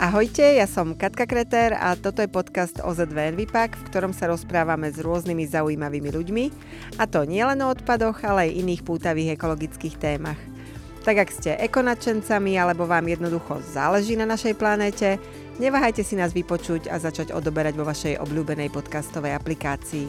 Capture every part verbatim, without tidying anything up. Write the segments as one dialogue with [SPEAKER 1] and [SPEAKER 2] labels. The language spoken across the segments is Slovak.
[SPEAKER 1] Ahojte, ja som Katka Kretér a toto je podcast ó zet vé Envipak, v ktorom sa rozprávame s rôznymi zaujímavými ľuďmi, a to nielen o odpadoch, ale aj iných pútavých ekologických témach. Tak ak ste ekonačencami alebo vám jednoducho záleží na našej planéte, neváhajte si nás vypočuť a začať odoberať vo vašej obľúbenej podcastovej aplikácii.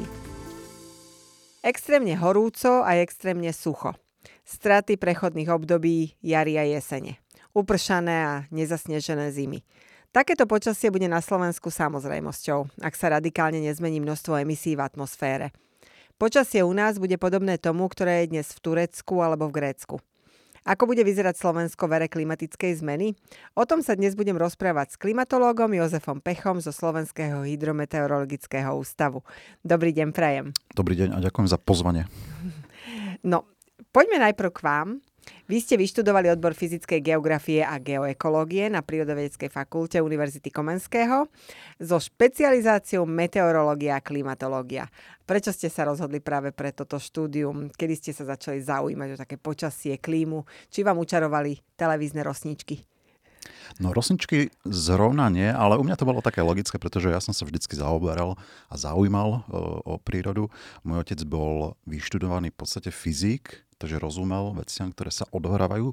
[SPEAKER 1] Extrémne horúco a extrémne sucho. Straty prechodných období jary a jesene. Upršané a nezasnežené zimy. Takéto počasie bude na Slovensku samozrejmosťou, ak sa radikálne nezmení množstvo emisí v atmosfére. Počasie u nás bude podobné tomu, ktoré je dnes v Turecku alebo v Grécku. Ako bude vyzerať Slovensko v ére klimatickej zmeny? O tom sa dnes budem rozprávať s klimatológom Jozefom Pechom zo Slovenského hydrometeorologického ústavu. Dobrý deň, prajem.
[SPEAKER 2] Dobrý deň a ďakujem za pozvanie.
[SPEAKER 1] No, poďme najprv k vám. Vy ste vyštudovali odbor fyzickej geografie a geoekológie na Prírodovedeckej fakulte Univerzity Komenského so špecializáciou meteorológia a klimatológia. Prečo ste sa rozhodli práve pre toto štúdium? Kedy ste sa začali zaujímať o také počasie, klímu? Či vám učarovali televízne rosničky?
[SPEAKER 2] No rosničky zrovna nie, ale u mňa to bolo také logické, pretože ja som sa vždycky zaoberal a zaujímal o, o prírodu. Môj otec bol vyštudovaný v podstate fyzik, takže rozumel veciam, ktoré sa odohrávajú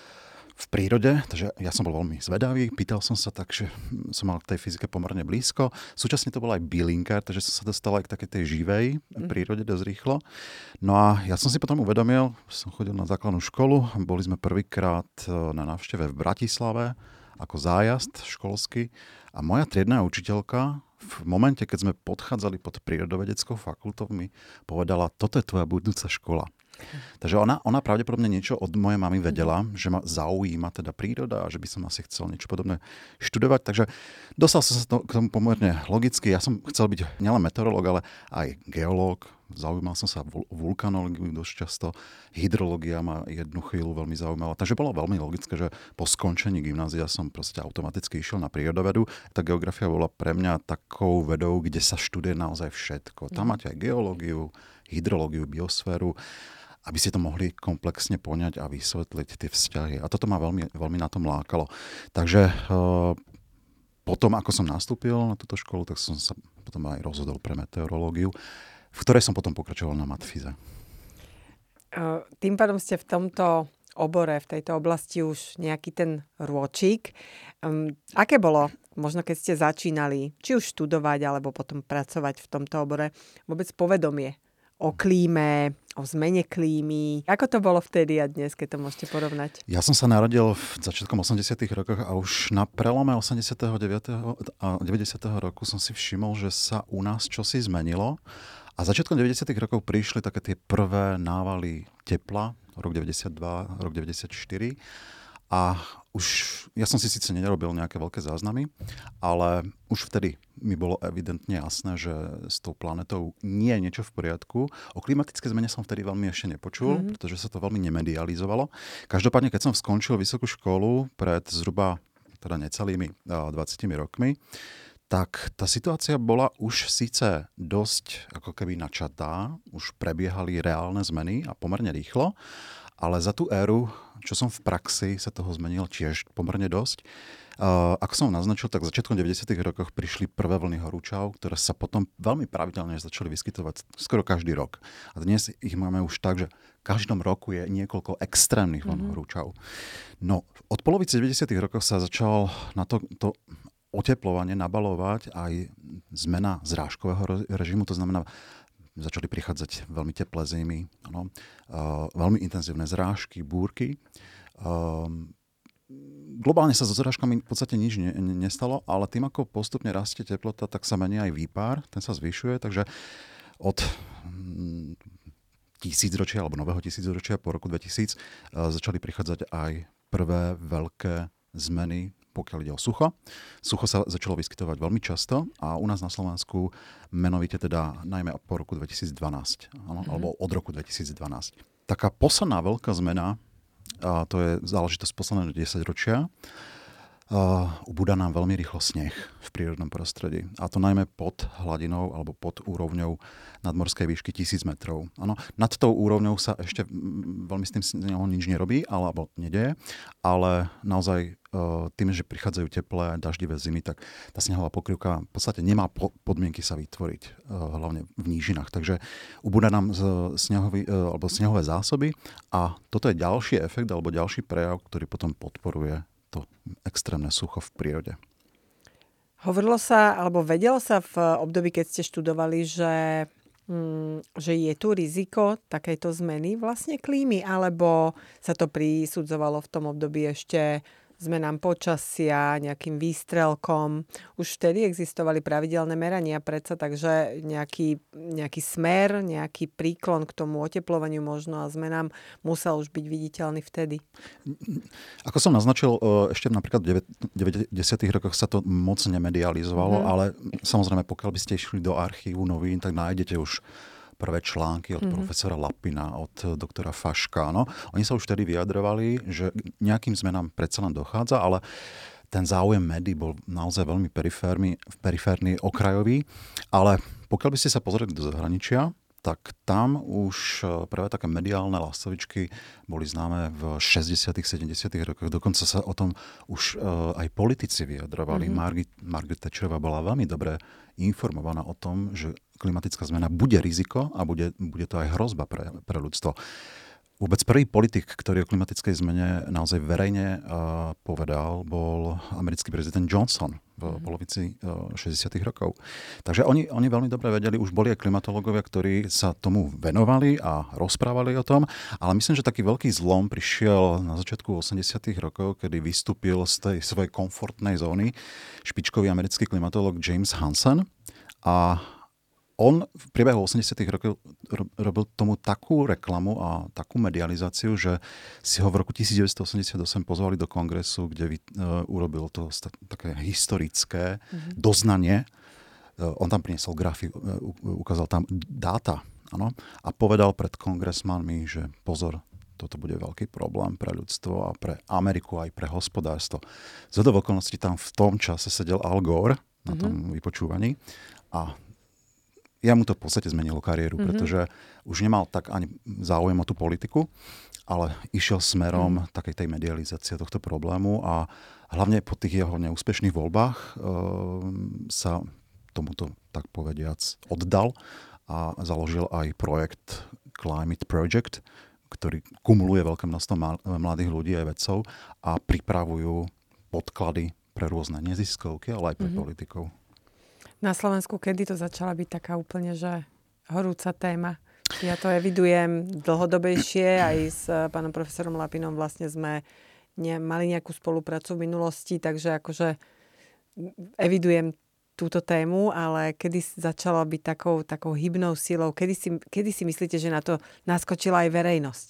[SPEAKER 2] v prírode, takže ja som bol veľmi zvedavý, pýtal som sa, takže som mal k tej fyzike pomerne blízko. Súčasne to bol aj bylinkár, takže som sa dostal aj k takej tej živej prírode dosť rýchlo. No a ja som si potom uvedomil, som chodil na základnú školu, boli sme prvýkrát na návšteve v Bratislave ako zájazd školský a moja triedna učiteľka v momente, keď sme podchádzali pod prírodovedeckou fakultou, mi povedala, toto je tvoja budúca škola. Takže ona, ona pravdepodobne niečo od mojej mamy vedela, že ma zaujíma teda príroda a že by som asi chcel niečo podobné študovať. Takže dostal som sa to, k tomu pomerne logicky. Ja som chcel byť nielen meteorológ, ale aj geológ. Zaujímal som sa o vulkanológiu dosť často. Hydrológia ma jednu chvíľu veľmi zaujímala. Takže bolo veľmi logické, že po skončení gymnázia som proste automaticky išiel na prírodovedu. Tá geografia bola pre mňa takou vedou, kde sa študuje naozaj všetko. Tam máte aj geológiu, hydrológiu, biosféru, aby ste to mohli komplexne poňať a vysvetliť tie vzťahy. A toto ma veľmi, veľmi na tom lákalo. Takže e, potom, ako som nastúpil na túto školu, tak som sa potom aj rozhodol pre meteorológiu, v ktorej som potom pokračoval na matfyze.
[SPEAKER 1] Tým pádom ste v tomto obore, v tejto oblasti už nejaký ten rôčik. Um, aké bolo, možno keď ste začínali, či už študovať, alebo potom pracovať v tomto obore, vôbec povedomie o klíme, o zmene klímy? Ako to bolo vtedy a dnes, keď to môžete porovnať?
[SPEAKER 2] Ja som sa narodil v začiatkom osemdesiatych rokoch a už na prelome osemdesiateho deviateho a deväťdesiateho roku som si všimol, že sa u nás čosi zmenilo. A začiatkom deväťdesiatych rokov prišli také tie prvé návaly tepla, rok deväťdesiatdva, rok deväťdesiatštyri. A už, ja som si síce nerobil nejaké veľké záznamy, ale už vtedy mi bolo evidentne jasné, že s tou planetou nie je niečo v poriadku. O klimatické zmene som vtedy veľmi ešte nepočul, mm-hmm. pretože sa to veľmi nemedializovalo. Každopádne, keď som skončil vysokú školu pred zhruba teda necelými dvadsiatimi rokmi, tak tá situácia bola už síce dosť ako keby načatá, už prebiehali reálne zmeny a pomerne rýchlo, ale za tú éru, čo som v praxi, sa toho zmenil tiež pomerne dosť. Uh, ako som naznačil, tak začiatkom deväťdesiatych rokoch prišli prvé vlny horúčav, ktoré sa potom veľmi pravidelne začali vyskytovať skoro každý rok. A dnes ich máme už tak, že v každom roku je niekoľko extrémnych vln mm-hmm. horúčav. No, od polovice deväťdesiatych rokov sa začal na to, to oteplovanie nabalovať aj zmena zrážkového režimu, to znamená, začali prichádzať veľmi teplé zimy, ano, uh, veľmi intenzívne zrážky, búrky. Uh, globálne sa so zrážkami v podstate nič ne, ne, nestalo, ale tým, ako postupne rastie teplota, tak sa mení aj výpár, ten sa zvyšuje, takže od mm, tisícročia alebo nového tisícročia po roku dvetisíc uh, začali prichádzať aj prvé veľké zmeny, pokiaľ ide o sucho. Sucho sa začalo vyskytovať veľmi často a u nás na Slovensku menovite teda najmä po roku dvetisícdvanásť, áno, mm-hmm. alebo od roku dvetisícdvanásť. Taká posledná veľká zmena, a to je záležitosť posledného desaťročia, Uh, ubúda nám veľmi rýchlo sneh v prírodnom prostredí. A to najmä pod hladinou alebo pod úrovňou nadmorskej výšky tisíc metrov. Ano, nad tou úrovňou sa ešte veľmi s tým snehom nič nerobí, alebo nedeje, ale naozaj uh, tým, že prichádzajú teplé, daždivé zimy, tak tá snehová pokrývka v podstate nemá po- podmienky sa vytvoriť, uh, hlavne v nížinách. Takže ubúda nám z snehový, uh, alebo snehové zásoby a toto je ďalší efekt alebo ďalší prejav, ktorý potom podporuje to extrémne sucho v prírode.
[SPEAKER 1] Hovorilo sa, alebo vedelo sa v období, keď ste študovali, že, mm, že je tu riziko takejto zmeny vlastne klímy, alebo sa to prisudzovalo v tom období ešte zmenám počasia, nejakým výstrelkom. Už vtedy existovali pravidelné merania predsa, takže nejaký, nejaký smer, nejaký príklon k tomu oteplovaniu možno a zmenám musel už byť viditeľný vtedy.
[SPEAKER 2] Ako som naznačil, ešte napríklad v deväťdesiatych rokoch sa to moc nemedializovalo, mm. ale samozrejme, pokiaľ by ste išli do archívu novín, tak nájdete už prvé články od mm-hmm. profesora Lapina, od doktora Faška. No, oni sa už vtedy vyjadrovali, že nejakým zmenám predsa len dochádza, ale ten záujem médií bol naozaj veľmi periférny, periférny, okrajový. Ale pokiaľ by ste sa pozreli do zahraničia, tak tam už prvé také mediálne lastovičky boli známe v šesťdesiatych, sedemdesiatych rokoch. Dokonca sa o tom už aj politici vyjadrovali. Mm-hmm. Margaret, Margaret Thatcherová bola veľmi dobre informovaná o tom, že klimatická zmena bude riziko a bude, bude to aj hrozba pre, pre ľudstvo. Vôbec prvý politik, ktorý o klimatickej zmene naozaj verejne uh, povedal, bol americký prezident Johnson v mm. polovici uh, šesťdesiatych rokov. Takže oni, oni veľmi dobre vedeli, už boli aj klimatológovia, ktorí sa tomu venovali a rozprávali o tom, ale myslím, že taký veľký zlom prišiel na začiatku osemdesiatych rokov, kedy vystúpil z tej svojej komfortnej zóny špičkový americký klimatológ James Hansen a on v priebehu osemdesiatych rokov robil tomu takú reklamu a takú medializáciu, že si ho v roku devätnásťstoosemdesiatosem pozvali do kongresu, kde uh, urobil to st- také historické mm-hmm. doznanie. Uh, on tam priniesol grafy, uh, ukázal tam dáta, ano, a povedal pred kongresmanmi, že pozor, toto bude veľký problém pre ľudstvo a pre Ameriku aj pre hospodárstvo. Zhodou okolností tam v tom čase sedel Al Gore na tom mm-hmm. vypočúvaní a ja mu to v podstate zmenilo kariéru, mm-hmm. pretože už nemal tak ani záujem o tú politiku, ale išiel smerom mm. takej tej medializácie tohto problému a hlavne po tých jeho neúspešných voľbách e, sa tomuto, tak povediac, oddal a založil aj projekt Climate Project, ktorý kumuluje veľké množstvo mladých ľudí aj vedcov a pripravujú podklady pre rôzne neziskovky, ale aj pre mm-hmm. politikov.
[SPEAKER 1] Na Slovensku kedy to začala byť taká úplne, že horúca téma? Ja to evidujem dlhodobejšie, aj s pánom profesorom Lapinom vlastne sme ne, mali nejakú spoluprácu v minulosti, takže akože evidujem túto tému, ale kedy začala byť takou, takou hybnou silou? Kedy si, kedy si myslíte, že na to naskočila aj verejnosť?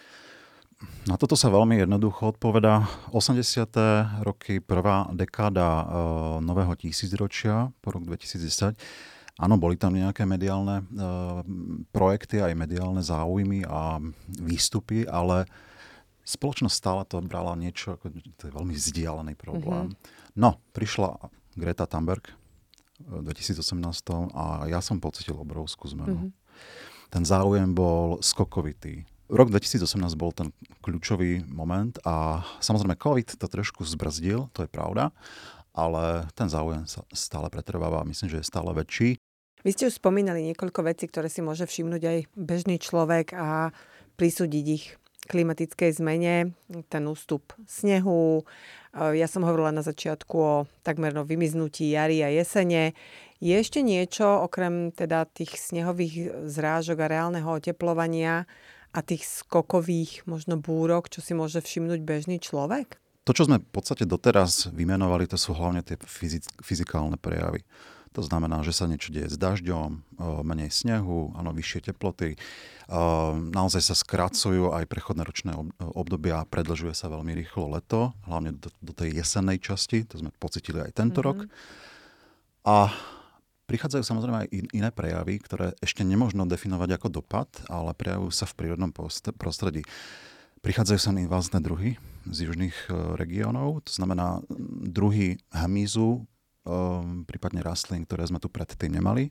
[SPEAKER 2] Na toto sa veľmi jednoducho odpovedá. osemdesiate roky, prvá dekáda e, nového tisícročia po rok dvetisícdesať. Áno, boli tam nejaké mediálne e, projekty, aj mediálne záujmy a výstupy, ale spoločnosť stále to brala niečo, ako, to je veľmi vzdialený problém. Mm-hmm. No, prišla Greta Thunberg v dvetisícosemnásť a ja som pocitil obrovskú zmenu. Mm-hmm. Ten záujem bol skokovitý. Rok dvetisícosemnásť bol ten kľúčový moment a samozrejme COVID to trošku zbrzdil, to je pravda, ale ten záujem sa stále pretrváva a myslím, že je stále väčší.
[SPEAKER 1] Vy ste už spomínali niekoľko vecí, ktoré si môže všimnúť aj bežný človek a prisúdiť ich klimatickej zmene, ten ústup snehu. Ja som hovorila na začiatku o takmer vymiznutí jary a jesene. Je ešte niečo, okrem teda tých snehových zrážok a reálneho oteplovania a tých skokových možno búrok, čo si môže všimnúť bežný človek?
[SPEAKER 2] To, čo sme v podstate doteraz vymenovali, to sú hlavne tie fyzic- fyzikálne prejavy. To znamená, že sa niečo deje s dažďom, menej snehu, áno, vyššie teploty. Naozaj sa skracujú aj prechodné ročné obdobia, predĺžuje sa veľmi rýchlo leto, hlavne do, do tej jesennej časti, to sme pocitili aj tento mm-hmm. rok. A prichádzajú samozrejme aj iné prejavy, ktoré ešte nemožno definovať ako dopad, ale prejavujú sa v prírodnom prostredí. Prichádzajú sem invázne druhy z južných uh, regiónov, to znamená druhy hmyzu, um, prípadne rastlín, ktoré sme tu predtým nemali.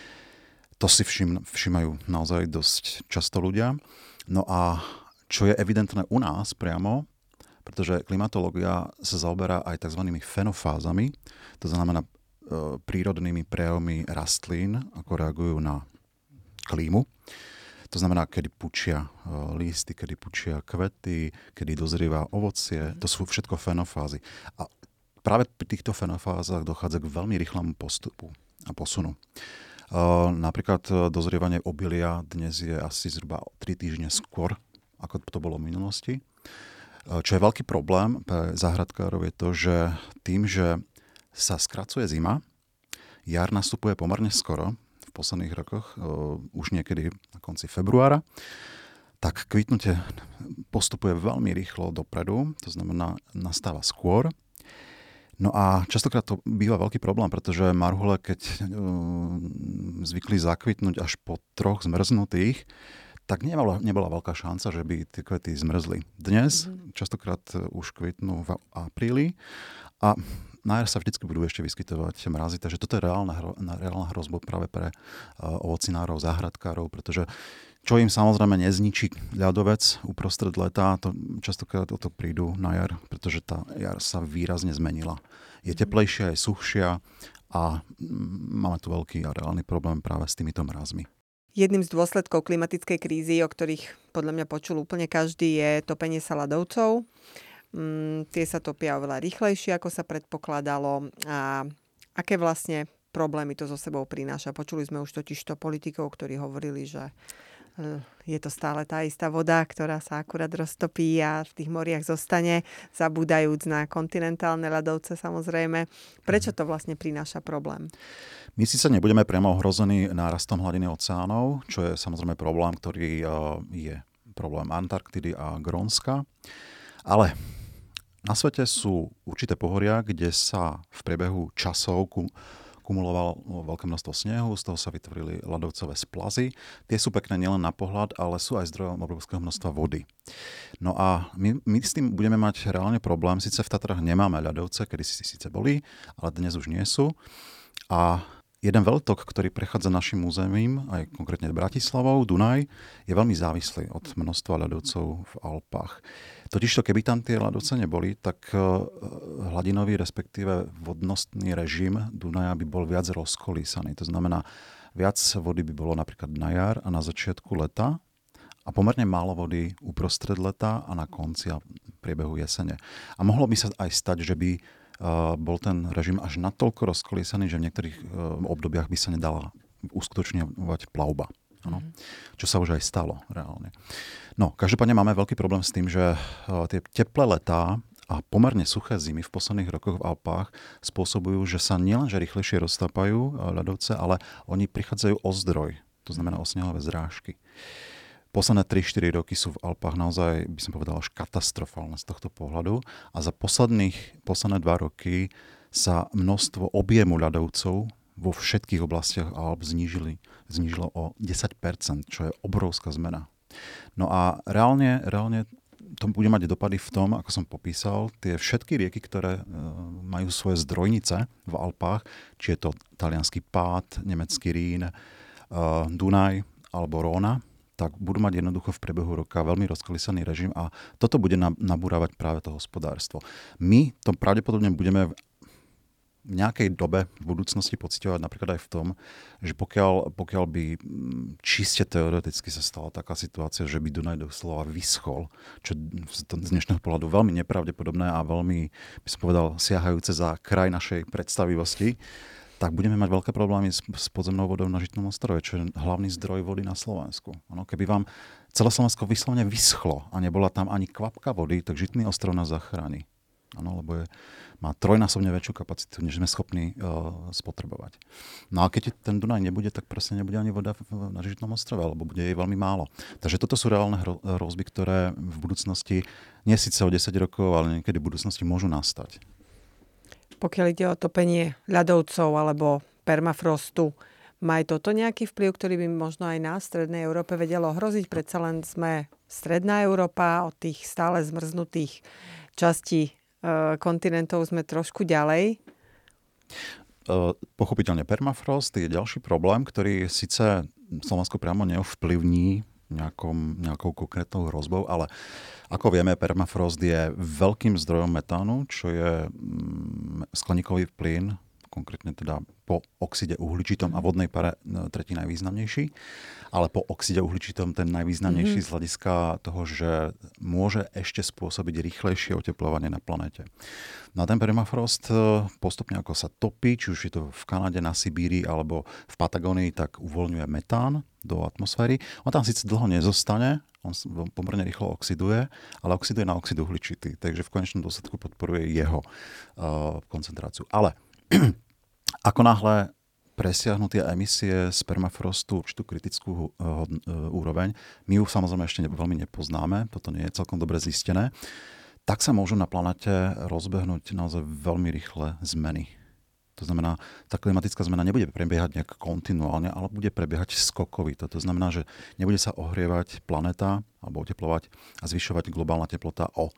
[SPEAKER 2] To si všim, všímajú naozaj dosť často ľudia. No a čo je evidentné u nás priamo, pretože klimatológia sa zaoberá aj tzv. Fenofázami, to znamená e, prírodnými prejavmi rastlín, ako reagujú na klímu. To znamená, kedy pučia e, lísty, kedy pučia kvety, kedy dozrieva ovocie. To sú všetko fenofázy. A práve pri týchto fenofázach dochádza k veľmi rýchlemu postupu a posunu. E, napríklad dozrievanie obilia dnes je asi zhruba tri týždne skôr, ako to bolo v minulosti. Čo je veľký problém pre záhradkárov je to, že tým, že sa skracuje zima, jar nastupuje pomerne skoro, v posledných rokoch, už niekedy na konci februára, tak kvitnutie postupuje veľmi rýchlo dopredu, to znamená nastáva skôr. No a častokrát to býva veľký problém, pretože marhule, keď zvykli zakvitnúť až po troch zmrznutých, tak nebola, nebola veľká šanca, že by tie kvety zmrzli. Dnes mm-hmm. častokrát už kvitnú v apríli a na jar sa vždycky budú ešte vyskytovať mrazy, takže toto je reálna, reálna hrozba práve pre uh, ovocinárov, záhradkárov, pretože čo im samozrejme nezničí ľadovec uprostred leta, to častokrát o to prídu na jar, pretože tá jar sa výrazne zmenila. Je teplejšia, je suchšia a mm, máme tu veľký a reálny problém práve s týmito mrazmi.
[SPEAKER 1] Jedným z dôsledkov klimatickej krízy, o ktorých podľa mňa počul úplne každý, je topenie sa ľadovcov. Mm, tie sa topia oveľa rýchlejšie, ako sa predpokladalo. A aké vlastne problémy to so sebou prináša? Počuli sme už totižto politikov, ktorí hovorili, že je to stále tá istá voda, ktorá sa akurát roztopí a v tých moriach zostane, zabúdajúc na kontinentálne ľadovce samozrejme. Prečo to vlastne prináša problém?
[SPEAKER 2] My síce nebudeme priamo ohrození nárastom hladiny oceánov, čo je samozrejme problém, ktorý je problém Antarktidy a Grónska, ale na svete sú určité pohoria, kde sa v priebehu časov kumulovalo veľké množstvo snehu, z toho sa vytvorili ľadovcové splazy. Tie sú pekné nielen na pohľad, ale sú aj zdrojom obrovského množstva vody. No a my, my s tým budeme mať reálne problém. Sice v Tatrách nemáme ľadovce, kedy si síce boli, ale dnes už nie sú. A jeden veľtok, ktorý prechádza našim územím, aj konkrétne Bratislavou, Dunaj, je veľmi závislý od množstva ľadovcov v Alpách. Totižto, keby tam tie ľadovce neboli, tak hladinový, respektíve vodnostný režim Dunaja by bol viac rozkolísaný. To znamená, viac vody by bolo napríklad na jar a na začiatku leta a pomerne málo vody uprostred leta a na konci a priebehu jesene. A mohlo by sa aj stať, že by bol ten režim až natoľko rozkolísaný, že v niektorých obdobiach by sa nedala uskutočňovať plavba. Ano. Čo sa už aj stalo reálne. No, každopádne máme veľký problém s tým, že tie teplé letá a pomerne suché zimy v posledných rokoch v Alpách spôsobujú, že sa nielenže rýchlejšie roztápajú ľadovce, ale oni prichádzajú o zdroj, to znamená o snehové zrážky. Posledné tri štyri roky sú v Alpách naozaj, by som povedal, až katastrofálne z tohto pohľadu a za posledných, posledné dva roky sa množstvo objemu ľadovcov vo všetkých oblastiach Alp znížili, znížilo o desať percent, čo je obrovská zmena. No a reálne, reálne to bude mať dopady v tom, ako som popísal, tie všetky rieky, ktoré e, majú svoje zdrojnice v Alpách, či je to taliansky Pád, nemecký Rín, e, Dunaj alebo Róna, tak budú mať jednoducho v priebehu roka veľmi rozkolísaný režim a toto bude nabúravať práve to hospodárstvo. My to pravdepodobne budeme v nejakej dobe v budúcnosti pociťovať napríklad aj v tom, že pokiaľ, pokiaľ by čiste teoreticky sa stala taká situácia, že by Dunaj doslova vyschol, čo z dnešného pohľadu veľmi nepravdepodobné a veľmi, by som povedal, siahajúce za kraj našej predstavivosti, tak budeme mať veľké problémy s, s podzemnou vodou na Žitnom ostrove, čo je hlavný zdroj vody na Slovensku. Ano, keby vám celé Slovensko vyslovene vyschlo a nebola tam ani kvapka vody, tak Žitný ostrov nás zachráni. Ano, lebo je, má trojnásobne väčšiu kapacitu, než sme schopní uh, spotrebovať. No a keď ten Dunaj nebude, tak proste nebude ani voda v, na Žitnom ostrove, alebo bude jej veľmi málo. Takže toto sú reálne hrozby, ktoré v budúcnosti, nie síce o desať rokov, ale niekedy v budúcnosti môžu nastať.
[SPEAKER 1] Pokiaľ ide o topenie ľadovcov alebo permafrostu, Má aj toto nejaký vplyv, ktorý by možno aj nás v Strednej Európe vedelo ohroziť? Predsa len sme Stredná Európa, od tých stále zmrznutých častí e, kontinentov sme trošku ďalej.
[SPEAKER 2] Pochopiteľne permafrost je ďalší problém, ktorý síce Slovensko priamo neovplyvní nejakom, nejakou konkrétnou hrozbou, ale ako vieme, permafrost je veľkým zdrojom metánu, čo je skleníkový plyn, konkrétne teda po oxide uhličitom a vodnej pare tretí najvýznamnejší, ale po oxide uhličitom ten najvýznamnejší mm-hmm. z hľadiska toho, že môže ešte spôsobiť rýchlejšie oteplovanie na planéte. No a ten permafrost postupne ako sa topí, či už je to v Kanade, na Sibíri alebo v Patagónii, tak uvoľňuje metán do atmosféry. On tam síce dlho nezostane, on pomerne rýchlo oxiduje, ale oxiduje na oxid uhličitý, takže v konečnom dôsledku podporuje jeho uh, koncentráciu. Ale ako náhle presiahnu tie emisie z permafrostu určitú kritickú uh, úroveň, my ju samozrejme ešte ne, veľmi nepoznáme, toto nie je celkom dobre zistené, tak sa môžu na planete rozbehnúť naozaj veľmi rýchle zmeny. To znamená, tá klimatická zmena nebude prebiehať nejak kontinuálne, ale bude prebiehať skokovito. To znamená, že nebude sa ohrievať planéta alebo oteplovať a zvyšovať globálna teplota o,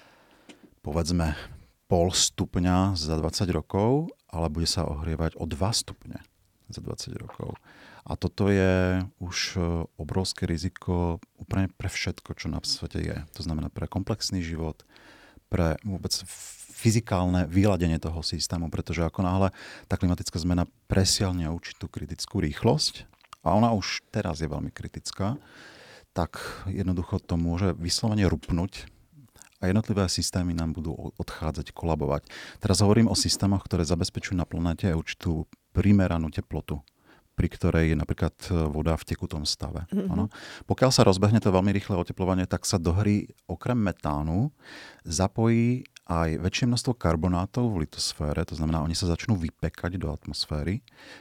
[SPEAKER 2] povedzme, pol stupňa za dvadsať rokov, ale bude sa ohrievať o dva stupne za dvadsať rokov. A toto je už obrovské riziko úplne pre všetko, čo na svete je. To znamená pre komplexný život, pre vôbec fyzikálne vyladenie toho systému, pretože ako náhle tá klimatická zmena presiahne určitú kritickú rýchlosť, a ona už teraz je veľmi kritická, tak jednoducho to môže vyslovene rupnúť a jednotlivé systémy nám budú odchádzať, kolabovať. Teraz hovorím o systémoch, ktoré zabezpečujú na planéte určitú primeranú teplotu, pri ktorej je napríklad voda v tekutom stave. Mm-hmm. Ano. Pokiaľ sa rozbehne to veľmi rýchle oteplovanie, tak sa do hry okrem metánu zapojí aj väčšie množstvo karbonátov v litosfére, to znamená, oni sa začnú vypekať do atmosféry.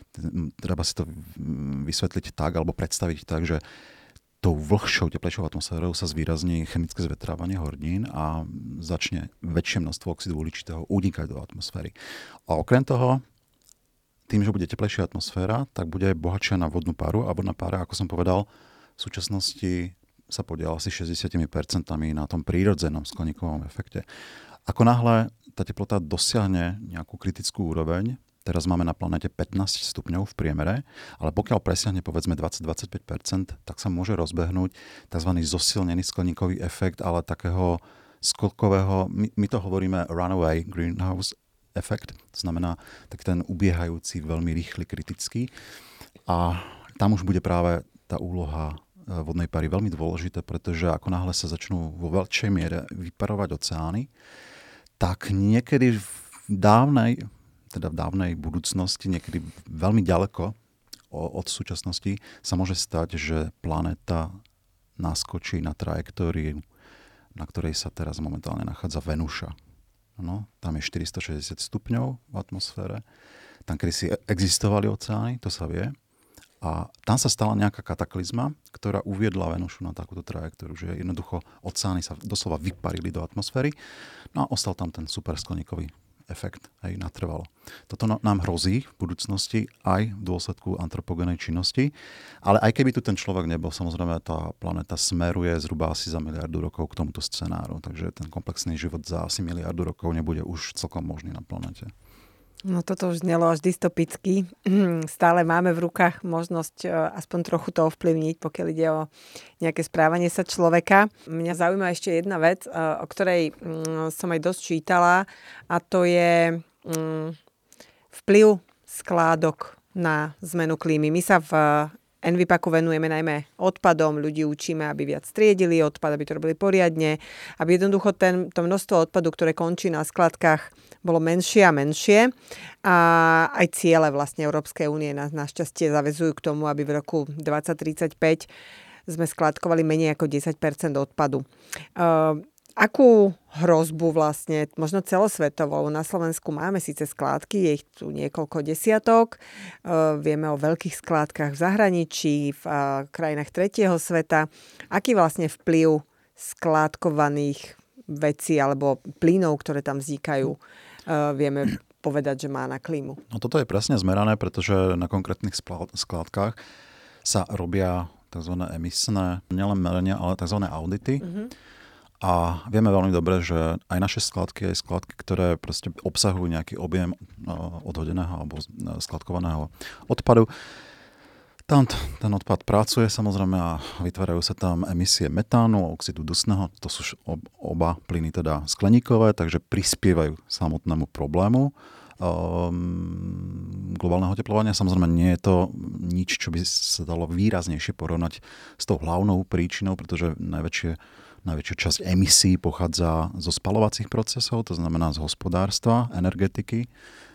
[SPEAKER 2] Treba si to vysvetliť tak, alebo predstaviť tak, že tou vlhšou, teplejšou atmosférou sa zvýrazní chemické zvetrávanie hornín a začne väčšie množstvo oxidu uhličitého unikať do atmosféry. A okrem toho, tým, že bude teplejšia atmosféra, tak bude bohatšia na vodnú páru a vodná pára, ako som povedal, v súčasnosti sa podiela asi šesťdesiat percent na tom prírodzenom skleníkovom efekte. Ako náhle tá teplota dosiahne nejakú kritickú úroveň, teraz máme na planete pätnásť stupňov v priemere, ale pokiaľ presiahne povedzme dvadsať až dvadsaťpäť percent, tak sa môže rozbehnúť tzv. Zosilnený skleníkový efekt, ale takého skokového, my, my to hovoríme runaway greenhouse efekt, to znamená tak ten ubiehajúci, veľmi rýchly, kritický. A tam už bude práve tá úloha vodnej pary veľmi dôležité, pretože ako náhle sa začnú vo veľkej miere vyparovať oceány, tak niekedy v dávnej, teda v dávnej budúcnosti, niekedy veľmi ďaleko od súčasnosti sa môže stať, že planéta naskočí na trajektóriu, na ktorej sa teraz momentálne nachádza Venuša. No, tam je štyristošesťdesiat stupňov v atmosfére. Tam kedysi existovali oceány, to sa vie. A tam sa stala nejaká kataklizma, ktorá uviedla Venušu na takúto trajektóriu, že jednoducho oceány sa doslova vyparili do atmosféry. No a ostal tam ten super skleníkový efekt, aj natrvalo. Toto nám hrozí v budúcnosti aj v dôsledku antropogénnej činnosti, ale aj keby tu ten človek nebol, samozrejme tá planéta smeruje zhruba asi za miliardu rokov k tomuto scenáru, takže ten komplexný život za asi miliardu rokov nebude už celkom možný na planéte.
[SPEAKER 1] No toto už znelo až dystopicky. Stále máme v rukách možnosť aspoň trochu to ovplyvniť, pokiaľ ide o nejaké správanie sa človeka. Mňa zaujíma ešte jedna vec, o ktorej som aj dosť čítala, a to je vplyv skládok na zmenu klímy. My sa v Envipaku venujeme najmä odpadom, ľudí učíme, aby viac striedili odpad, aby to robili poriadne, aby jednoducho ten, to množstvo odpadu, ktoré končí na skladkách, bolo menšie a menšie. A aj ciele vlastne Európskej únie nás našťastie zaväzujú k tomu, aby v roku dvadsať tridsaťpäť sme skladkovali menej ako desať percent odpadu. Uh, Akú hrozbu vlastne, možno celosvetovou, na Slovensku máme síce skládky, je ich tu niekoľko desiatok, uh, vieme o veľkých skládkach v zahraničí, v uh, krajinách tretieho sveta. Aký vlastne vplyv skládkovaných vecí alebo plynov, ktoré tam vznikajú, uh, vieme povedať, že má na klímu?
[SPEAKER 2] No toto je presne zmerané, pretože na konkrétnych skládkach sa robia tzv. Emisné, nielen merania, ale tzv. Audity. Mm-hmm. A vieme veľmi dobre, že aj naše skladky, aj skladky, ktoré proste obsahujú nejaký objem odhodeného alebo skladkovaného odpadu, tam ten odpad pracuje samozrejme a vytvárajú sa tam emisie metánu a oxidu dusného. To sú oba plyny teda skleníkové, takže prispievajú samotnému problému um, globálneho oteplovania. Samozrejme nie je to nič, čo by sa dalo výraznejšie porovnať s tou hlavnou príčinou, pretože najväčšie Najväčšia časť emisí pochádza zo spaľovacích procesov, to znamená z hospodárstva, energetiky,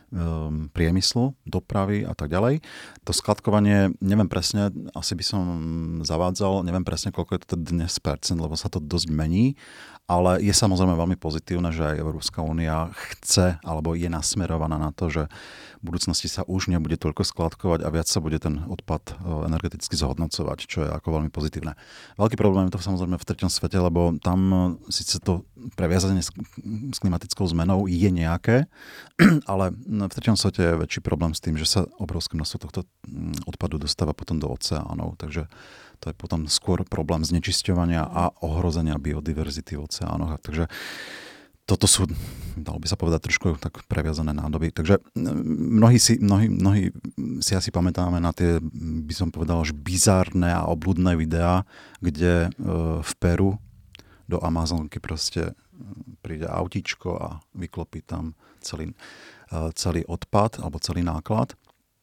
[SPEAKER 2] priemyslu, dopravy a tak ďalej. To skladkovanie, neviem presne, asi by som zavádzal, neviem presne, koľko je to dnes percent, lebo sa to dosť mení, ale je samozrejme veľmi pozitívne, že aj Európska únia chce, alebo je nasmerovaná na to, že v budúcnosti sa už nebude toľko skladkovať a viac sa bude ten odpad energeticky zhodnocovať, čo je ako veľmi pozitívne. Veľký problém je to samozrejme v treťom svete, lebo tam síce to previazanie s klimatickou zmenou je nejaké, ale v treťom svete je väčší problém s tým, že sa obrovské množstvo tohto odpadu dostáva potom do oceánov, takže to je potom skôr problém znečisťovania a ohrozenia biodiverzity v oceánoch. Takže toto sú, dalo by sa povedať, trošku tak previazané nádoby. Takže mnohí si, mnohí, mnohí si asi pamätáme na tie, by som povedal, že bizárne a obľudné videá, kde v Peru do Amazonky proste príde autíčko a vyklopí tam celý, celý odpad alebo celý náklad.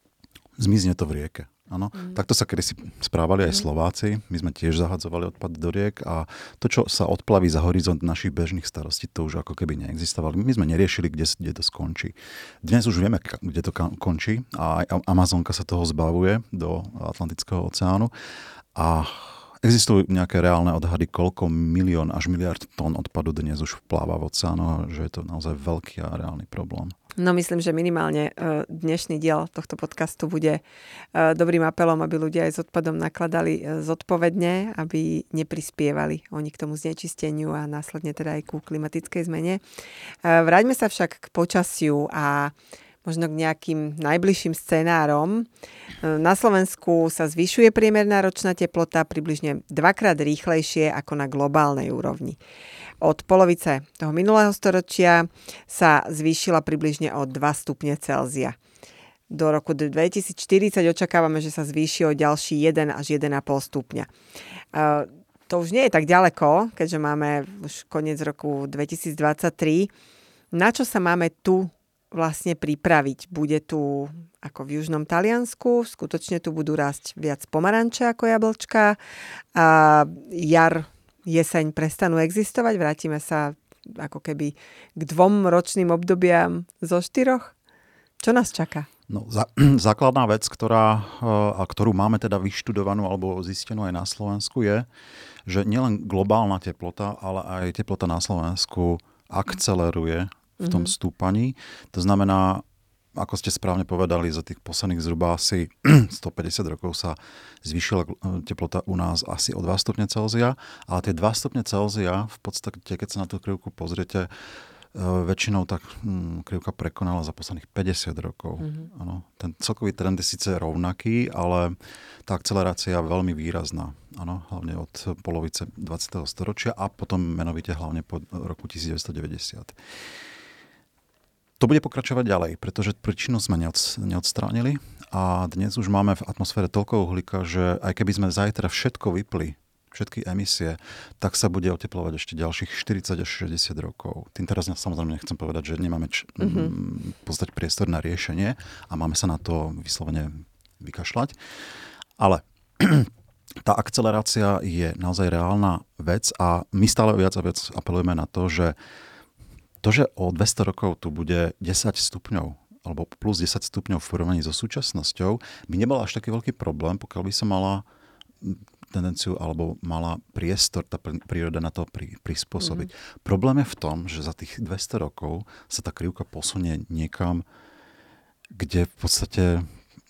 [SPEAKER 2] Zmizne to v rieke. Áno, mm. takto sa kedysi správali aj Slováci. My sme tiež zahadzovali odpad do riek a to, čo sa odplaví za horizont našich bežných starostí, to už ako keby neexistovalo. My sme neriešili, kde, kde to skončí. Dnes už vieme, kde to končí a aj Amazonka sa toho zbavuje do Atlantického oceánu a existujú nejaké reálne odhady, koľko milión až miliard tón odpadu dnes už vpláva v oceánoch, že je to naozaj veľký a reálny problém.
[SPEAKER 1] No myslím, že minimálne dnešný diel tohto podcastu bude dobrým apelom, aby ľudia aj s odpadom nakladali zodpovedne, aby neprispievali oni k tomu znečisteniu a následne teda aj ku klimatickej zmene. Vráťme sa však k počasiu a možno k nejakým najbližším scenárom. Na Slovensku sa zvyšuje priemerná ročná teplota približne dvakrát rýchlejšie ako na globálnej úrovni. Od polovice toho minulého storočia sa zvýšila približne o dva stupne Celzia. Do roku dvetisícštyridsať očakávame, že sa zvýši o ďalší jeden až jeden a pol stupňa. To už nie je tak ďaleko, keďže máme už koniec roku dvetisícdvadsaťtri. Na čo sa máme tu vlastne pripraviť? Bude tu ako v južnom Taliansku, skutočne tu budú rásť viac pomaranče ako jablčka a jar jeseň prestanú existovať, vrátime sa ako keby k dvom ročným obdobiam zo štyroch. Čo nás čaká?
[SPEAKER 2] No, za, základná vec, ktorá, a ktorú máme teda vyštudovanú alebo zistenú aj na Slovensku je, že nielen globálna teplota, ale aj teplota na Slovensku akceleruje v tom stúpaní. To znamená, ako ste správne povedali, za tých posledných zhruba asi stopäťdesiat rokov sa zvýšila teplota u nás asi o dva stupne Celzia, ale tie dva stupne Celzia v podstate, keď sa na tú krivku pozriete, väčšinou tak hm, krivka prekonala za posledných päťdesiat rokov. Mm-hmm. Ano, ten celkový trend je síce rovnaký, ale tá akcelerácia je veľmi výrazná. Ano, hlavne od polovice dvadsiateho storočia a potom menovite hlavne po roku devätnásťstodeväťdesiat. To bude pokračovať ďalej, pretože príčinu sme neodstránili a dnes už máme v atmosfére toľko uhlíka, že aj keby sme zajtra všetko vypli, všetky emisie, tak sa bude oteplovať ešte ďalších štyridsať až šesťdesiat rokov. Tým teraz samozrejme nechcem povedať, že nemáme č- mm-hmm. pozdať priestor na riešenie a máme sa na to vyslovene vykašľať. Ale tá akcelerácia je naozaj reálna vec a my stále viac a viac apelujeme na to, že to, že o dvesto rokov tu bude desať stupňov alebo plus desať stupňov v porovnaní so súčasnosťou, by nebol až taký veľký problém, pokiaľ by sa mala tendenciu alebo mala priestor tá príroda na to pri, prispôsobiť. Mm. Problém je v tom, že za tých dvesto rokov sa tá krivka posunie niekam, kde v podstate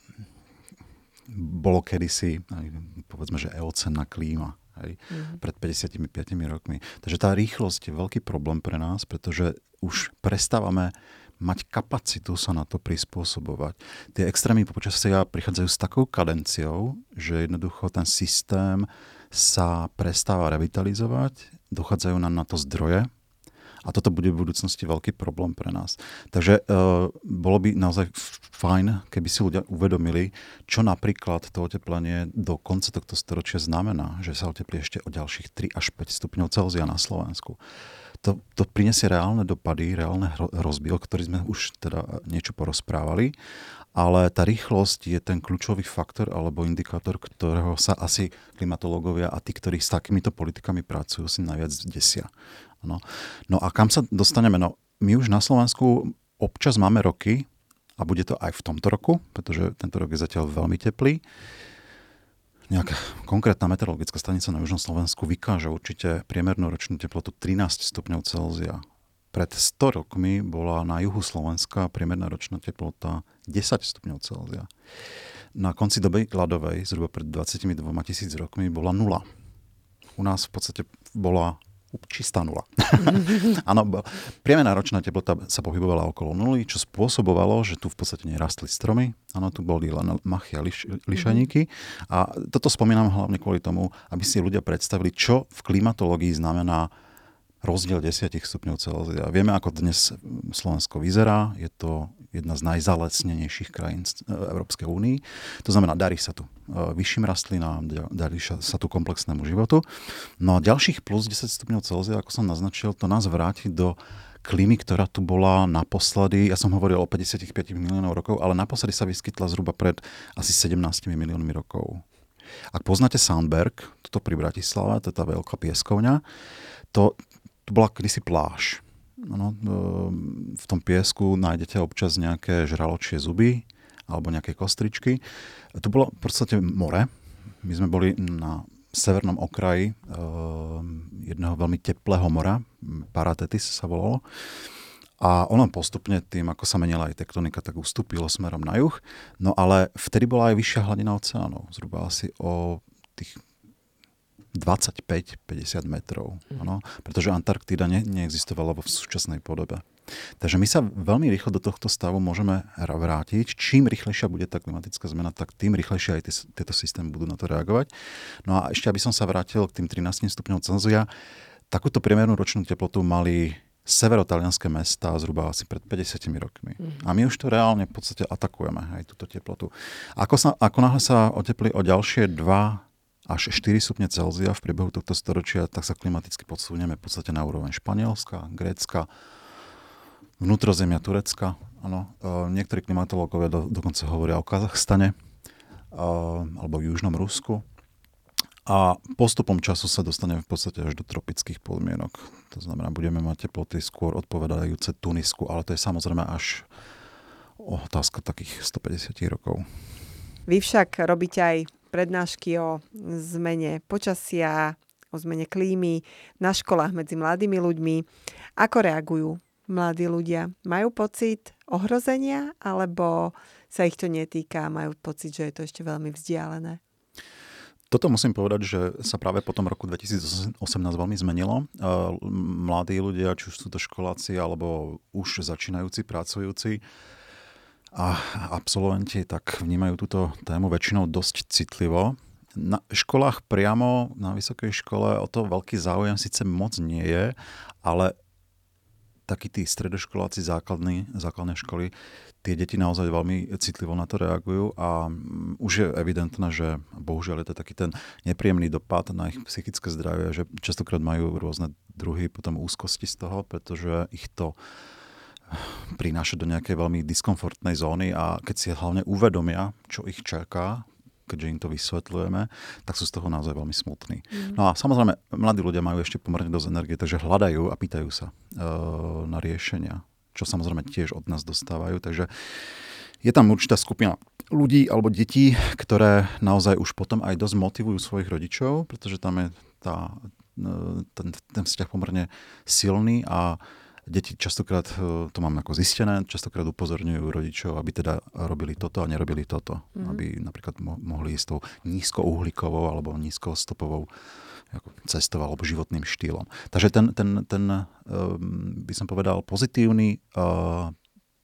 [SPEAKER 2] bolo kedysi, povedzme, že eocénna klíma. Hej, mm-hmm. pred päťdesiatpäť rokmi. Takže tá rýchlosť je veľký problém pre nás, pretože už prestávame mať kapacitu sa na to prispôsobovať. Tie extrémy počasia prichádzajú s takou kadenciou, že jednoducho ten systém sa prestáva revitalizovať, dochádzajú nám na to zdroje a toto bude v budúcnosti veľký problém pre nás. Takže e, bolo by naozaj fajn, keby si ľudia uvedomili, čo napríklad to oteplenie do konca tohto storočia znamená, že sa oteplí ešte o ďalších tri až päť stupňov Celzia na Slovensku. To, to prinesie reálne dopady, reálne hrozby, o ktorých sme už teda niečo porozprávali, ale tá rýchlosť je ten kľúčový faktor alebo indikátor, ktorého sa asi klimatológovia a tí, ktorí s takýmito politikami pracujú, si najviac desia. No. no a kam sa dostaneme? No, my už na Slovensku občas máme roky, a bude to aj v tomto roku, pretože tento rok je zatiaľ veľmi teplý. Nejaká konkrétna meteorologická stanica na južnom Slovensku vykáže určite priemernú ročnú teplotu trinásť stupňov Celzia. Pred sto rokmi bola na juhu Slovenska priemerná ročná teplota desať stupňov Celzia. Na konci doby ľadovej, zhruba pred dvadsaťdva tisíc rokmi, bola nula. U nás v podstate bola čistá nula. Áno, priemerná ročná teplota sa pohybovala okolo nuly, čo spôsobovalo, že tu v podstate nerastli stromy. Áno, tu boli len machy a liš, lišaníky. A toto spomínam hlavne kvôli tomu, aby si ľudia predstavili, čo v klimatológii znamená rozdiel desať stupňov Celzia. Vieme, ako dnes Slovensko vyzerá. Je to jedna z najzalesnenejších krajín Európskej únii. To znamená, darí sa tu vyšším rastlinám, darí sa tu komplexnému životu. No a ďalších plus desať stupňov Celzia, ako som naznačil, to nás vráti do klímy, ktorá tu bola naposledy, ja som hovoril o päťdesiatpäť miliónov rokov, ale naposledy sa vyskytla zhruba pred asi sedemnástimi miliónmi rokov. Ak poznáte Sandberg, toto pri Bratislave, to je tá veľká pieskovňa, to, to bola kedysi pláž. Ano, v tom piesku nájdete občas nejaké žraločie zuby alebo nejaké kostričky. To bolo v podstate more. My sme boli na severnom okraji uh, jedného veľmi teplého mora, Paratetis sa volalo. A ono postupne tým, ako sa menila aj tektonika, tak ustúpilo smerom na juh. No ale vtedy bola aj vyššia hladina oceánov, zhruba asi o tých dvadsaťpäť až päťdesiat metrov. Mm. Ano, pretože Antarktída ne, neexistovala vo súčasnej podobe. Takže my sa veľmi rýchlo do tohto stavu môžeme vrátiť. Čím rýchlejšia bude tá klimatická zmena, tak tým rýchlejšie aj tie, tieto systémy budú na to reagovať. No a ešte, aby som sa vrátil k tým trinástym stupňom Celzia, takúto priemernú ročnú teplotu mali severotalianské mestá zhruba asi pred päťdesiatimi rokmi. Mm. A my už to reálne v podstate atakujeme, aj túto teplotu. Ako, sa, ako náhle sa oteplí o ďalšie dva až štyri stupne Celzia v priebehu tohto storočia, tak sa klimaticky podsunieme v podstate na úroveň Španielska, Grécka, vnútrozemia Turecka. Áno. E, niektorí klimatológovia do, dokonca hovoria o Kazachstane e, alebo v južnom Rusku. A postupom času sa dostaneme v podstate až do tropických podmienok. To znamená, budeme mať teploty skôr odpovedajúce Tunisku, ale to je samozrejme až otázka takých stopäťdesiat rokov.
[SPEAKER 1] Vy však robíte aj prednášky o zmene počasia, o zmene klímy na školách medzi mladými ľuďmi. Ako reagujú mladí ľudia? Majú pocit ohrozenia, alebo sa ich to netýka a majú pocit, že je to ešte veľmi vzdialené?
[SPEAKER 2] Toto musím povedať, že sa práve po tom roku dvetisícosemnásť veľmi zmenilo. Mladí ľudia, či už sú to školáci, alebo už začínajúci, pracujúci a absolventi, tak vnímajú túto tému väčšinou dosť citlivo. Na školách priamo, na vysokej škole o to veľký záujem síce moc nie je, ale takí tí stredoškoláci základní, základné školy, tie deti naozaj veľmi citlivo na to reagujú a už je evidentné, že bohužiaľ je to taký ten nepríjemný dopad na ich psychické zdravie, že častokrát majú rôzne druhy potom úzkosti z toho, pretože ich to prináša do nejakej veľmi diskomfortnej zóny a keď si hlavne uvedomia, čo ich čaká, keďže im to vysvetľujeme, tak sú z toho naozaj veľmi smutní. Mm. No a samozrejme, mladí ľudia majú ešte pomerne dosť energie, takže hľadajú a pýtajú sa e, na riešenia, čo samozrejme tiež od nás dostávajú. Takže je tam určitá skupina ľudí alebo detí, ktoré naozaj už potom aj dosť motivujú svojich rodičov, pretože tam je tá, ten, ten vzťah pomerne silný a deti častokrát, to mám ako zistené, častokrát upozorňujú rodičov, aby teda robili toto a nerobili toto. Mm. Aby napríklad mo- mohli ísť tou nízkouhlíkovou alebo nízkostopovou cestou alebo životným štýlom. Takže ten, ten, ten um, by som povedal, pozitívny uh,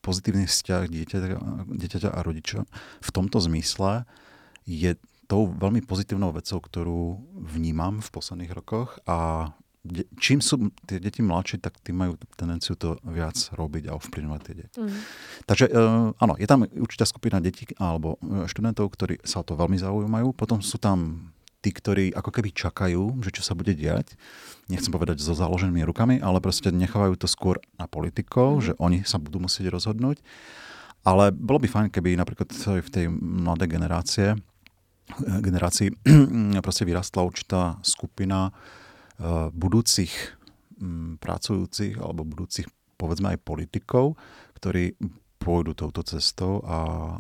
[SPEAKER 2] pozitívny vzťah dieťaťa, dieťaťa a rodiča v tomto zmysle je tou veľmi pozitívnou vecou, ktorú vnímam v posledných rokoch a de- čím sú tie deti mladšie, tak tí majú tendenciu to viac robiť a ovplyvňovať tie deti. Mm. Takže uh, áno, je tam určitá skupina detí alebo študentov, ktorí sa o to veľmi zaujímajú. Potom sú tam tí, ktorí ako keby čakajú, že čo sa bude diať. Nechcem povedať so založenými rukami, ale proste nechávajú to skôr na politikov, mm. že oni sa budú musieť rozhodnúť. Ale bolo by fajn, keby napríklad v tej mladej generácie, generácii proste vyrastla určitá skupina uh, budúcich um, pracujúcich alebo budúcich, povedzme aj politikov, ktorí pôjdu touto cestou a uh,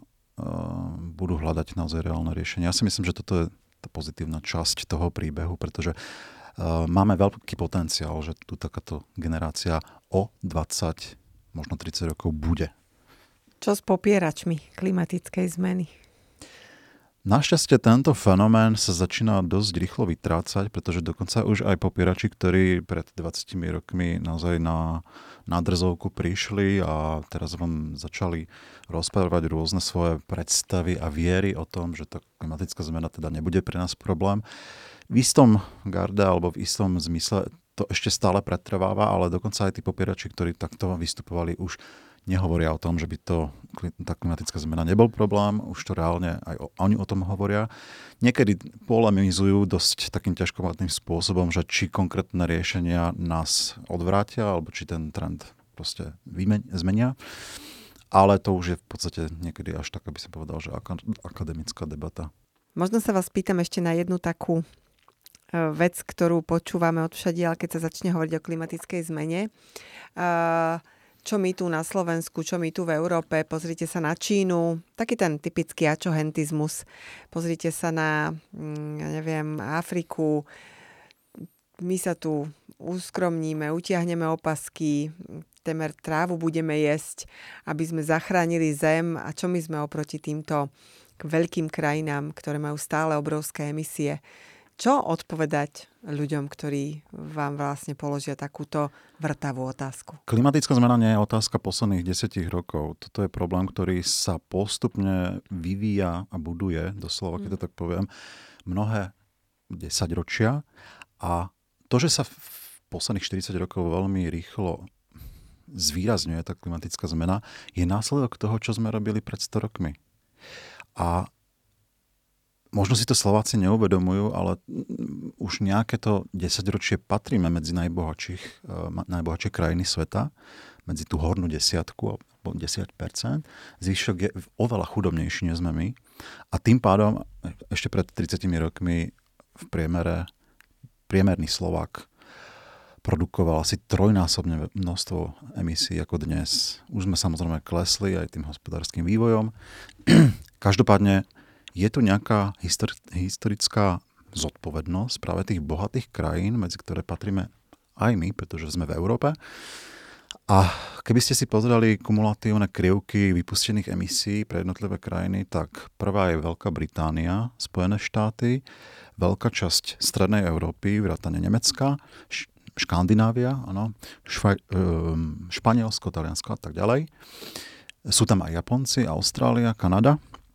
[SPEAKER 2] budú hľadať naozaj reálne riešenie. Ja si myslím, že toto je tá pozitívna časť toho príbehu, pretože uh, máme veľký potenciál, že tu takáto generácia o dvadsať, možno tridsať rokov bude.
[SPEAKER 1] Čo s popieračmi klimatickej zmeny?
[SPEAKER 2] Našťastie tento fenomén sa začína dosť rýchlo vytrácať, pretože dokonca už aj popierači, ktorí pred dvadsiatimi rokmi naozaj na, na drzovku prišli a teraz vám začali rozprávať rôzne svoje predstavy a viery o tom, že tá klimatická zmena teda nebude pre nás problém. V istom garde alebo v istom zmysle to ešte stále pretrváva, ale dokonca aj tí popierači, ktorí takto vystupovali, už nehovoria o tom, že by to, tá klimatická zmena nebol problém, už to reálne aj o, oni o tom hovoria. Niekedy polemizujú dosť takým ťažkovatným spôsobom, že či konkrétne riešenia nás odvrátia, alebo či ten trend proste vymen- zmenia. Ale to už je v podstate niekedy až tak, aby som povedal, že ak- akademická debata.
[SPEAKER 1] Možno sa vás pýtam ešte na jednu takú vec, ktorú počúvame odvšadiaľ, keď sa začne hovoriť o klimatickej zmene. Uh, Čo my tu na Slovensku, čo my tu v Európe, pozrite sa na Čínu, taký ten typický ačohentizmus. Pozrite sa na, ja neviem, Afriku, my sa tu uskromníme, utiahneme opasky, temer trávu budeme jesť, aby sme zachránili zem a čo my sme oproti týmto veľkým krajinám, ktoré majú stále obrovské emisie. Čo odpovedať ľuďom, ktorí vám vlastne položia takúto vrtavú otázku?
[SPEAKER 2] Klimatická zmena nie je otázka posledných desiatich rokov. Toto je problém, ktorý sa postupne vyvíja a buduje, doslova, keď to tak poviem, mnohé desaťročia. A to, že sa v posledných štyridsať rokov veľmi rýchlo zvýrazňuje tá klimatická zmena, je následok toho, čo sme robili pred sto rokmi. A možno si to Slováci neuvedomujú, ale už nejaké to desaťročie patríme medzi najbohatších, najbohatšie krajiny sveta, medzi tú hornú desiatku, alebo desať percent. Zvyšok je oveľa chudobnejší, než sme my. A tým pádom ešte pred tridsiatimi rokmi v priemere priemerný Slovák produkoval asi trojnásobne množstvo emisí ako dnes. Už sme samozrejme klesli aj tým hospodárskym vývojom. Každopádne je tu nejaká histori- historická zodpovednosť práve tých bohatých krajín, medzi ktoré patríme aj my, pretože sme v Európe. A keby ste si pozreli kumulatívne krivky vypustených emisí pre jednotlivé krajiny, tak prvá je Veľká Británia, Spojené štáty, veľká časť strednej Európy, vrátane Nemecka, Š- Škandinávia, áno, Švaj- Španielsko, Taliansko a tak ďalej. Sú tam aj Japonci, Austrália, Kanada.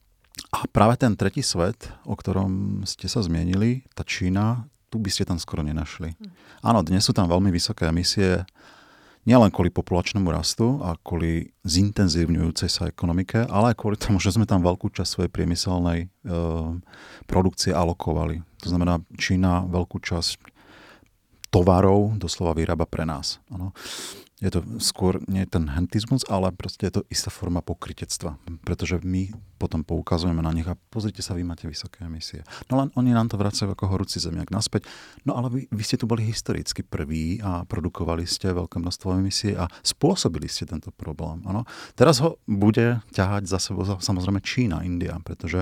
[SPEAKER 2] A práve ten tretí svet, o ktorom ste sa zmienili, tá Čína, tu by ste tam skoro nenašli. Áno, dnes sú tam veľmi vysoké emisie, nielen kvôli populačnému rastu a kvôli zintenzívňujúcej sa ekonomike, ale aj kvôli tomu, že sme tam veľkú časť svojej priemyselnej e, produkcie alokovali. To znamená, Čína veľkú časť tovarov doslova vyrába pre nás. Áno. Je to skôr nie ten hentizmus, ale proste je to istá forma pokrytectva. Pretože my potom poukazujeme na nich a pozrite sa, vy máte vysoké emisie. No len oni nám to vracajú ako horúci zemiak naspäť. No ale vy, vy ste tu boli historicky prví a produkovali ste veľké množstvo emisie a spôsobili ste tento problém. Ano. Teraz ho bude ťahať za sebou samozrejme Čína, India, pretože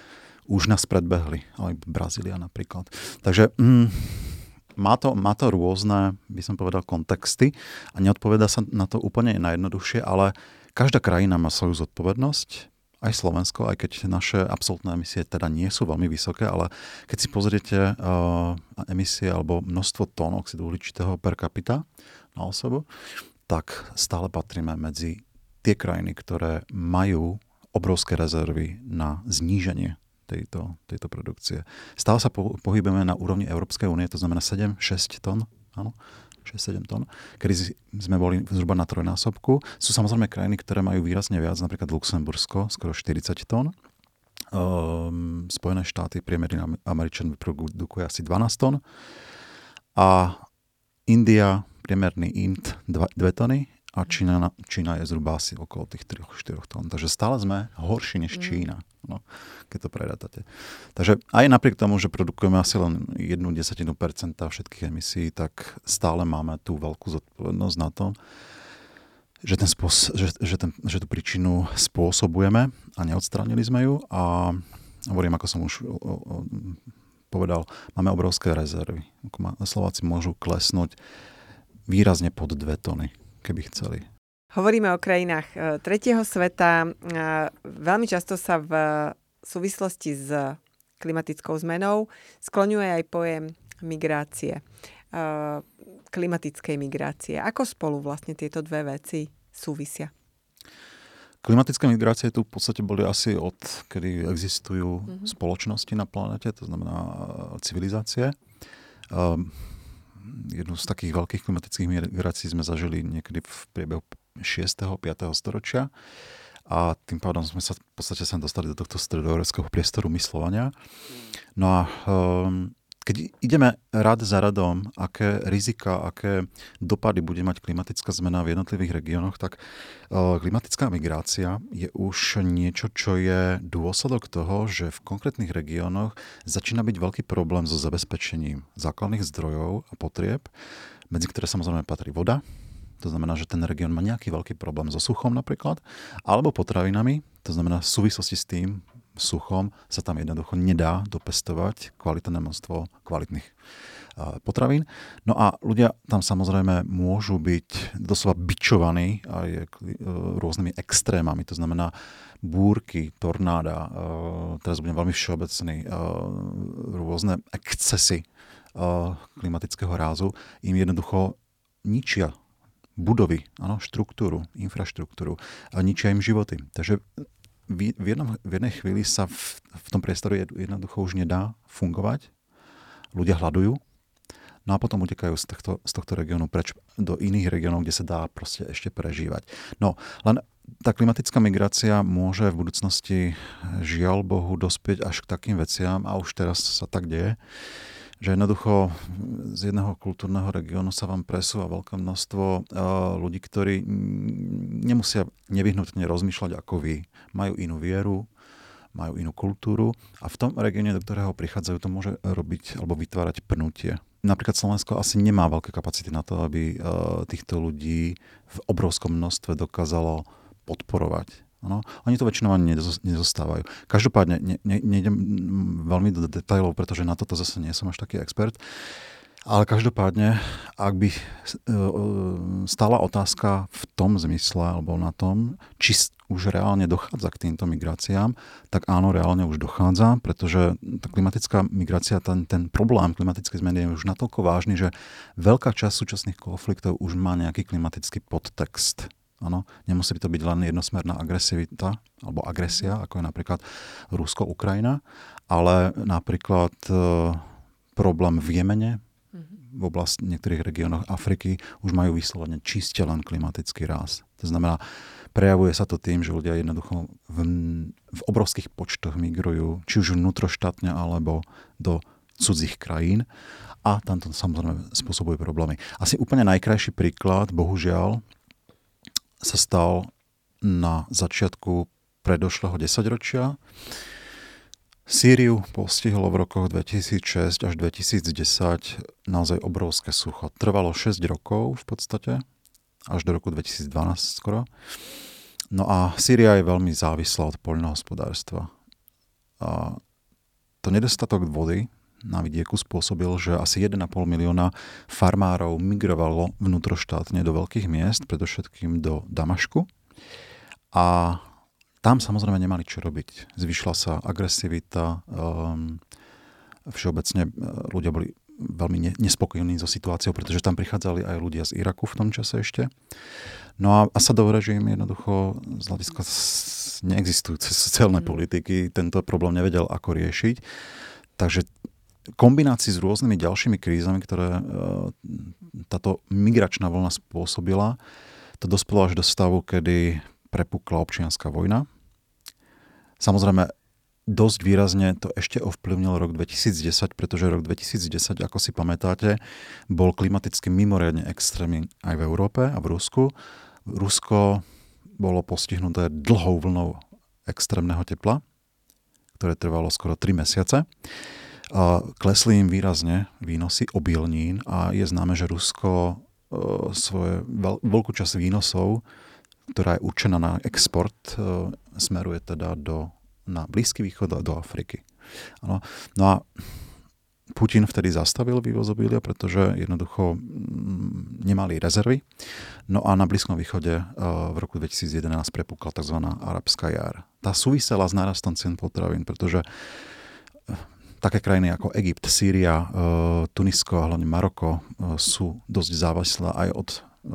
[SPEAKER 2] už nás predbehli. Ale Brazília napríklad. Takže... Mm, Má to, má to rôzne, by som povedal, kontexty a neodpovedá sa na to úplne najjednoduchšie, ale každá krajina má svoju zodpovednosť, aj Slovensko, aj keď naše absolútne emisie teda nie sú veľmi vysoké, ale keď si pozriete uh, emisie alebo množstvo tón oxidu uhličitého per capita na osobu, tak stále patríme medzi tie krajiny, ktoré majú obrovské rezervy na zníženie tejto, tejto produkcie. Stále sa po, pohybujeme na úrovni Európskej únie, to znamená sedem šesť tón, áno, šesť sedem tón, kedy sme boli zhruba na trojnásobku. Sú samozrejme krajiny, ktoré majú výrazne viac, napríklad Luxembursko, skoro štyridsať tón. Um, Spojené štáty, priemerný Američan vyprodukuje asi dvanásť tón. A India, priemerný Int, dve tony. A Čína, Čína je zhruba asi okolo tých tri štyri tón. Takže stále sme horší než Čína, no, keď to prerátate. Takže aj napriek tomu, že produkujeme asi len jednu desatinu percenta všetkých emisí, tak stále máme tú veľkú zodpovednosť na to, že, ten spôs- že, že, ten, že tú príčinu spôsobujeme a neodstránili sme ju. A hovorím, ako som už o, o, povedal, máme obrovské rezervy. Slováci môžu klesnúť výrazne pod dve tony, keby chceli.
[SPEAKER 1] Hovoríme o krajinách tretieho sveta. Veľmi často sa v súvislosti s klimatickou zmenou skloňuje aj pojem migrácie. Klimatickej migrácie. Ako spolu vlastne tieto dve veci súvisia?
[SPEAKER 2] Klimatické migrácie tu v podstate boli asi od, kedy existujú mm-hmm. spoločnosti na planete, to znamená civilizácie. Um, jednu z takých veľkých klimatických migrácií sme zažili niekedy v priebehu šiesteho piateho storočia a tým pádom sme sa v podstate sem dostali do tohto stredoeurópskeho priestoru myslovania. No a um, keď ideme rad za radom, aké rizika, aké dopady bude mať klimatická zmena v jednotlivých regiónoch, tak uh, klimatická migrácia je už niečo, čo je dôsledok toho, že v konkrétnych regiónoch začína byť veľký problém so zabezpečením základných zdrojov a potrieb, medzi ktoré samozrejme patrí voda. To znamená, že ten región má nejaký veľký problém so suchom napríklad, alebo potravinami, to znamená v súvislosti s tým suchom sa tam jednoducho nedá dopestovať kvalitné množstvo kvalitných potravín. No a ľudia tam samozrejme môžu byť doslova bičovaní aj rôznymi extrémami, to znamená búrky, tornáda, teraz budem veľmi všeobecný, rôzne excesy klimatického rázu im jednoducho ničia budovy, áno, štruktúru, infraštruktúru a ničia im životy. Takže v, jednom, v jednej chvíli sa v, v tom priestore jednoducho už nedá fungovať. Ľudia hľadujú, no a potom utekajú z tohto, z tohto regiónu preč do iných regiónov, kde sa dá proste ešte prežívať. No, len tá klimatická migrácia môže v budúcnosti, žiaľ Bohu, dospieť až k takým veciam, a už teraz sa tak deje, že jednoducho z jedného kultúrneho regiónu sa vám presúva veľké množstvo ľudí, ktorí nemusia nevyhnutne rozmýšľať ako vy. Majú inú vieru, majú inú kultúru a v tom regióne, do ktorého prichádzajú, to môže robiť alebo vytvárať pnutie. Napríklad Slovensko asi nemá veľké kapacity na to, aby týchto ľudí v obrovskom množstve dokázalo podporovať. Ano, oni to väčšinou ani nezostávajú. Každopádne ne, ne, nejdem veľmi do detailov, pretože na toto zase nie som až taký expert. Ale každopádne, ak by stála otázka v tom zmysle, alebo na tom, či už reálne dochádza k týmto migráciám, tak áno, reálne už dochádza, pretože tá klimatická migrácia, ten, ten problém klimatickej zmeny je už natoľko vážny, že veľká časť súčasných konfliktov už má nejaký klimatický podtext. Áno, nemusí to byť len jednosmerná agresivita alebo agresia, ako je napríklad Rusko-Ukrajina, ale napríklad e, problém v Jemene, v oblasti niektorých regiónoch Afriky už majú vyslovene čiste len klimatický ráz. To znamená, prejavuje sa to tým, že ľudia jednoducho v, v obrovských počtoch migrujú, či už vnútroštátne alebo do cudzích krajín a tam to samozrejme spôsobuje problémy. Asi úplne najkrajší príklad, bohužiaľ, sa stal na začiatku predošlého desaťročia. Sýriu postihlo v rokoch dvetisícšesť až dvetisícdesať naozaj obrovské sucho. Trvalo šesť rokov v podstate, až do roku dvetisícdvanásť skoro. No a Sýria je veľmi závislá od poľnohospodárstva. A to nedostatok vody na vidieku spôsobil, že asi jeden a pol milióna farmárov migrovalo vnútroštátne do veľkých miest, predovšetkým do Damašku. A tam samozrejme nemali čo robiť. Zvyšla sa agresivita, um, všeobecne ľudia boli veľmi nespokojní so situáciou, pretože tam prichádzali aj ľudia z Iraku v tom čase ešte. No a Asadov režim jednoducho z hľadiska neexistujúce sociálne politiky tento problém nevedel ako riešiť. Takže kombinácii s rôznymi ďalšími krízami, ktoré táto migračná vlna spôsobila, to dospelo až do stavu, kedy prepukla občianska vojna. Samozrejme, dosť výrazne to ešte ovplyvnil rok dvetisícdesať, pretože rok dvetisícdesať, ako si pamätáte, bol klimaticky mimoriadne extrémny aj v Európe a v Rusku. Rusko bolo postihnuté dlhou vlnou extrémneho tepla, ktoré trvalo skoro tri mesiace. A klesli im výrazne výnosy obilnín a je známe, že Rusko e, svoje veľ, veľkú časť výnosov, ktorá je určená na export, e, smeruje teda do na Blízky východ a do Afriky. Ano. No a Putin vtedy zastavil vývoz obilia, pretože jednoducho nemali rezervy. No a na Blízkom východe v roku dvetisícjedenásť prepukla tzv. Arabská jar. Tá súvisela s nárastom cien potravín, pretože také krajiny ako Egypt, Sýria, Tunisko a hlavne Maroko sú dosť závislé aj od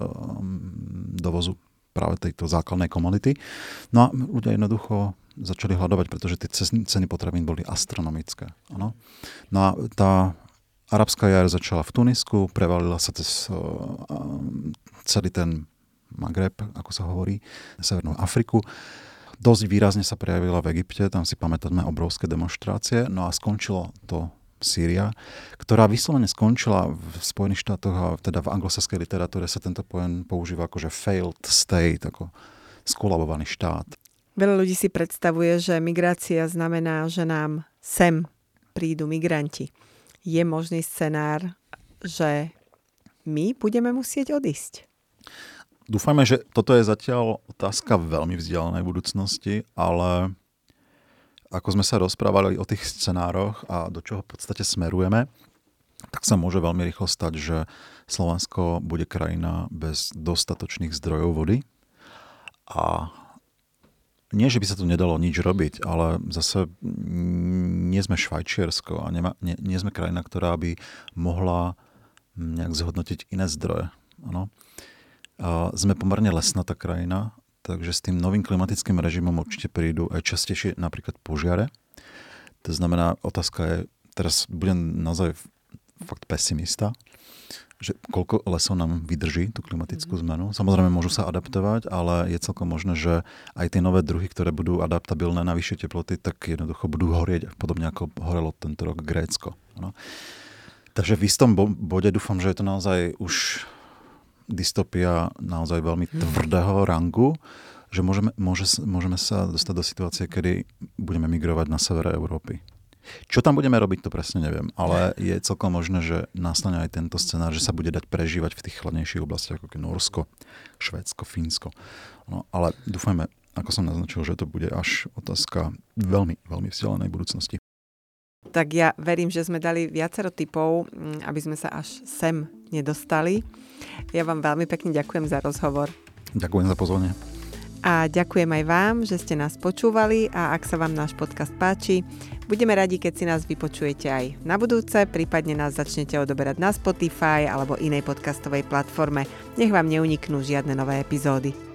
[SPEAKER 2] dovozu práve tejto základnej komodity. No a ľudia jednoducho začali hľadovať, pretože tie ceny potravín boli astronomické. Ano. No a tá arabská jar začala v Tunisku, prevalila sa cez uh, celý ten Magreb, ako sa hovorí, Severnú Afriku. Dosť výrazne sa prejavila v Egypte, tam si pamätáme obrovské demonštrácie, no a skončilo to Sýria, ktorá vyslovene skončila v Spojených štátoch a teda v anglosaskej literatúre sa tento pojem používa ako že failed state, ako skolabovaný štát.
[SPEAKER 1] Veľa ľudí si predstavuje, že migrácia znamená, že nám sem prídu migranti. Je možný scenár, že my budeme musieť odísť?
[SPEAKER 2] Dúfajme, že toto je zatiaľ otázka veľmi vzdialenej budúcnosti, ale ako sme sa rozprávali o tých scenároch a do čoho v podstate smerujeme, tak sa môže veľmi rýchlo stať, že Slovensko bude krajina bez dostatočných zdrojov vody. A nie, že by sa tu nedalo nič robiť, ale zase nie sme Švajčiarsko a nema, nie, nie sme krajina, ktorá by mohla nejak zhodnotiť iné zdroje. Ano. A sme pomerne lesnatá krajina, takže s tým novým klimatickým režimom určite prídu aj častejšie napríklad požiare. To znamená, otázka je, teraz budem naozaj fakt pesimista, že koľko lesov nám vydrží tú klimatickú zmenu. Samozrejme, môžu sa adaptovať, ale je celkom možné, že aj tie nové druhy, ktoré budú adaptabilné na vyššie teploty, tak jednoducho budú horieť, podobne ako horelo tento rok Grécko. No. Takže v istom bode dúfam, že je to naozaj už dystopia naozaj veľmi tvrdého rangu, že môžeme, môže, môžeme sa dostať do situácie, kedy budeme migrovať na severe Európy. Čo tam budeme robiť, to presne neviem, ale je celkom možné, že nastane aj tento scenár, že sa bude dať prežívať v tých chladnejších oblastiach, ako je Norsko, Švédsko, Fínsko. No, ale dúfajme, ako som naznačil, že to bude až otázka veľmi, veľmi vzdialenej budúcnosti.
[SPEAKER 1] Tak ja verím, že sme dali viacero tipov, aby sme sa až sem nedostali. Ja vám veľmi pekne ďakujem za rozhovor.
[SPEAKER 2] Ďakujem za pozvanie.
[SPEAKER 1] A ďakujem aj vám, že ste nás počúvali a ak sa vám náš podcast páči, budeme radi, keď si nás vypočujete aj na budúce, prípadne nás začnete odoberať na Spotify alebo inej podcastovej platforme. Nech vám neuniknú žiadne nové epizódy.